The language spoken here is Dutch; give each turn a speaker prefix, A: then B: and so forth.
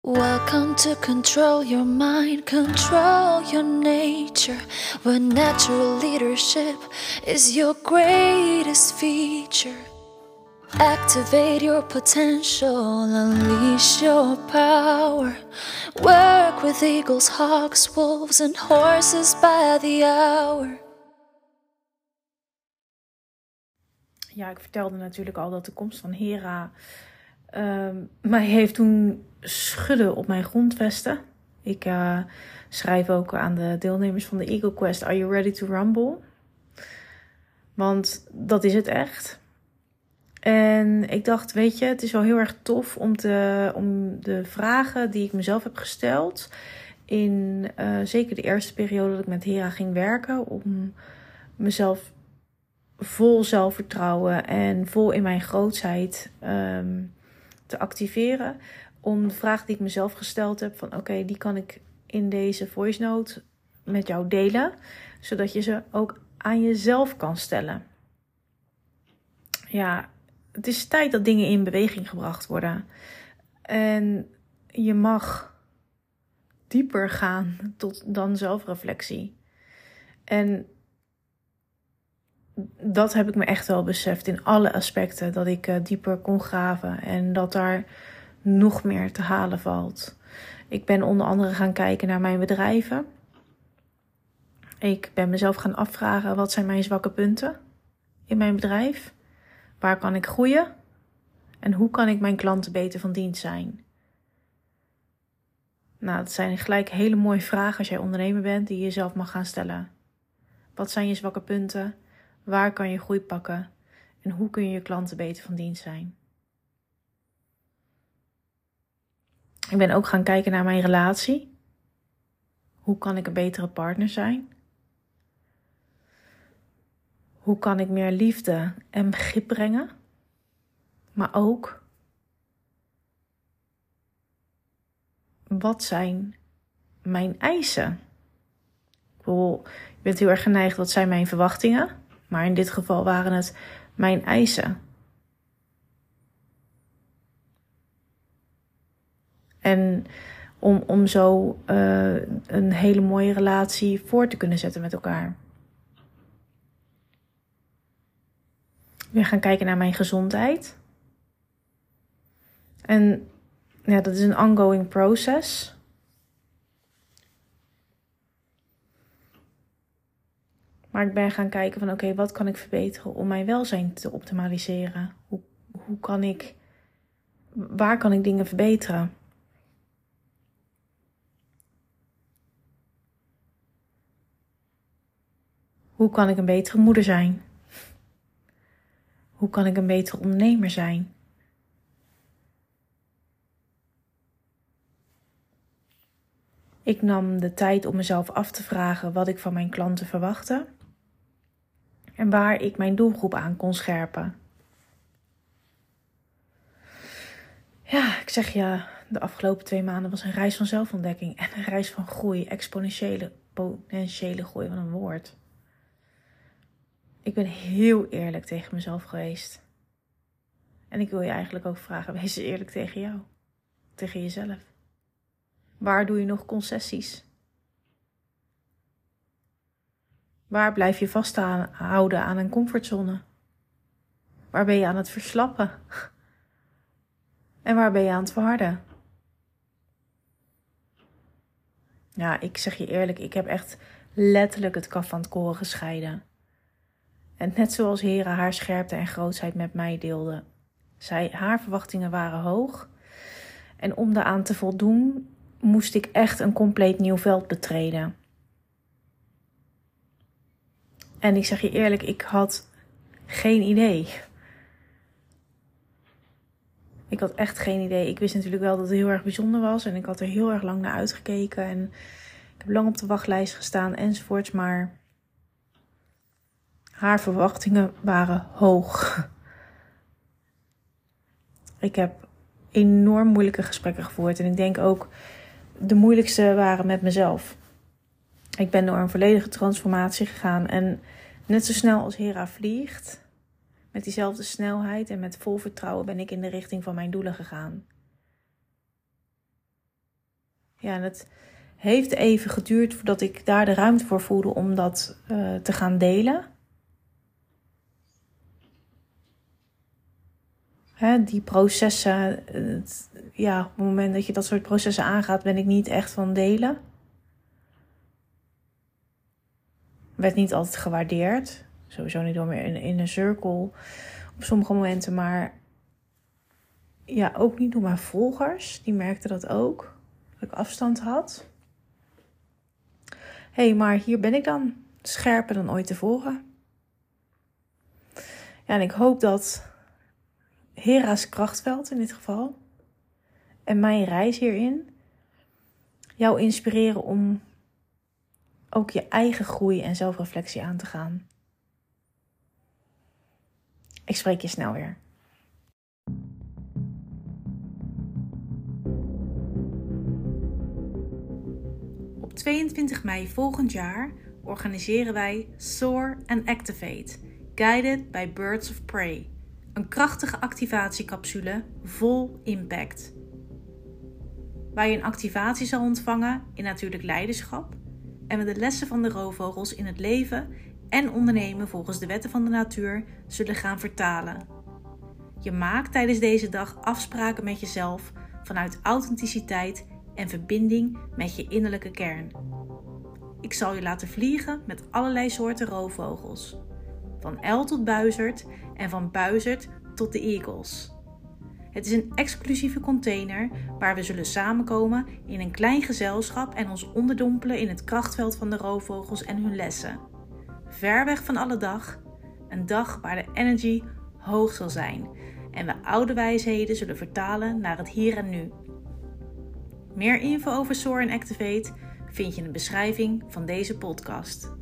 A: Welcome to control your mind, control your nature, where natural leadership is your greatest feature. Activate your potential, unleash your power. Work with eagles, hawks, wolves, and horses by the hour.
B: Ja, ik vertelde natuurlijk al dat de komst van Hera mij heeft doen schudden op mijn grondvesten. Ik schrijf ook aan de deelnemers van de Eagle Quest: Are you ready to rumble? Want dat is het echt. En ik dacht, weet je, het is wel heel erg tof om de vragen die ik mezelf heb gesteld in zeker de eerste periode dat ik met Hera ging werken, om mezelf vol zelfvertrouwen en vol in mijn grootsheid te activeren. Om de vraag die ik mezelf gesteld heb van oké, die kan ik in deze voice note met jou delen. Zodat je ze ook aan jezelf kan stellen. Ja, het is tijd dat dingen in beweging gebracht worden. En je mag dieper gaan dan zelfreflectie. En dat heb ik me echt wel beseft in alle aspecten. Dat ik dieper kon graven en dat daar nog meer te halen valt. Ik ben onder andere gaan kijken naar mijn bedrijven. Ik ben mezelf gaan afvragen, wat zijn mijn zwakke punten in mijn bedrijf? Waar kan ik groeien? En hoe kan ik mijn klanten beter van dienst zijn? Nou, dat zijn gelijk hele mooie vragen als jij ondernemer bent die je jezelf mag gaan stellen. Wat zijn je zwakke punten? Waar kan je groei pakken? En hoe kun je je klanten beter van dienst zijn? Ik ben ook gaan kijken naar mijn relatie. Hoe kan ik een betere partner zijn? Hoe kan ik meer liefde en begrip brengen? Maar ook, wat zijn mijn eisen? Je bent heel erg geneigd, wat zijn mijn verwachtingen? Maar in dit geval waren het mijn eisen. En om zo een hele mooie relatie voor te kunnen zetten met elkaar. Ik ben gaan kijken naar mijn gezondheid. En ja, dat is een ongoing process. Maar ik ben gaan kijken van oké, wat kan ik verbeteren om mijn welzijn te optimaliseren? Waar kan ik dingen verbeteren? Hoe kan ik een betere moeder zijn? Hoe kan ik een betere ondernemer zijn? Ik nam de tijd om mezelf af te vragen wat ik van mijn klanten verwachtte. En waar ik mijn doelgroep aan kon scherpen. Ja, ik zeg je, de afgelopen 2 maanden was een reis van zelfontdekking. En een reis van groei, exponentiële groei van een woord. Ik ben heel eerlijk tegen mezelf geweest. En ik wil je eigenlijk ook vragen, wees eerlijk tegen jou. Tegen jezelf. Waar doe je nog concessies? Waar blijf je vasthouden aan een comfortzone? Waar ben je aan het verslappen? En waar ben je aan het verharden? Ja, ik zeg je eerlijk, ik heb echt letterlijk het kaf van het koren gescheiden. En net zoals Hera haar scherpte en grootsheid met mij deelde. Haar verwachtingen waren hoog. En om daaraan te voldoen, moest ik echt een compleet nieuw veld betreden. En ik zeg je eerlijk, ik had geen idee. Ik had echt geen idee. Ik wist natuurlijk wel dat het heel erg bijzonder was. En ik had er heel erg lang naar uitgekeken. En ik heb lang op de wachtlijst gestaan enzovoorts. Maar haar verwachtingen waren hoog. Ik heb enorm moeilijke gesprekken gevoerd. En ik denk ook de moeilijkste waren met mezelf. Ik ben door een volledige transformatie gegaan. En net zo snel als Hera vliegt, met diezelfde snelheid en met vol vertrouwen ben ik in de richting van mijn doelen gegaan. Ja, en het heeft even geduurd voordat ik daar de ruimte voor voelde om dat te gaan delen. Die processen, op het moment dat je dat soort processen aangaat, ben ik niet echt van delen. Werd niet altijd gewaardeerd. Sowieso niet door meer in een cirkel op sommige momenten, maar ja, ook niet door mijn volgers. Die merkten dat ook, dat ik afstand had. Maar hier ben ik dan, scherper dan ooit tevoren. Ja, en ik hoop dat Hera's krachtveld in dit geval en mijn reis hierin jou inspireren om ook je eigen groei en zelfreflectie aan te gaan. Ik spreek je snel weer. Op 22 mei volgend jaar organiseren wij Soar and Activate, guided by Birds of Prey. Een krachtige activatiecapsule vol impact. Waar je een activatie zal ontvangen in natuurlijk leiderschap en we de lessen van de roofvogels in het leven en ondernemen volgens de wetten van de natuur zullen gaan vertalen. Je maakt tijdens deze dag afspraken met jezelf vanuit authenticiteit en verbinding met je innerlijke kern. Ik zal je laten vliegen met allerlei soorten roofvogels. Van uil tot buizerd en van buizerd tot de eagles. Het is een exclusieve container waar we zullen samenkomen in een klein gezelschap en ons onderdompelen in het krachtveld van de roofvogels en hun lessen. Ver weg van alle dag, een dag waar de energy hoog zal zijn en we oude wijsheden zullen vertalen naar het hier en nu. Meer info over Soar and Activate vind je in de beschrijving van deze podcast.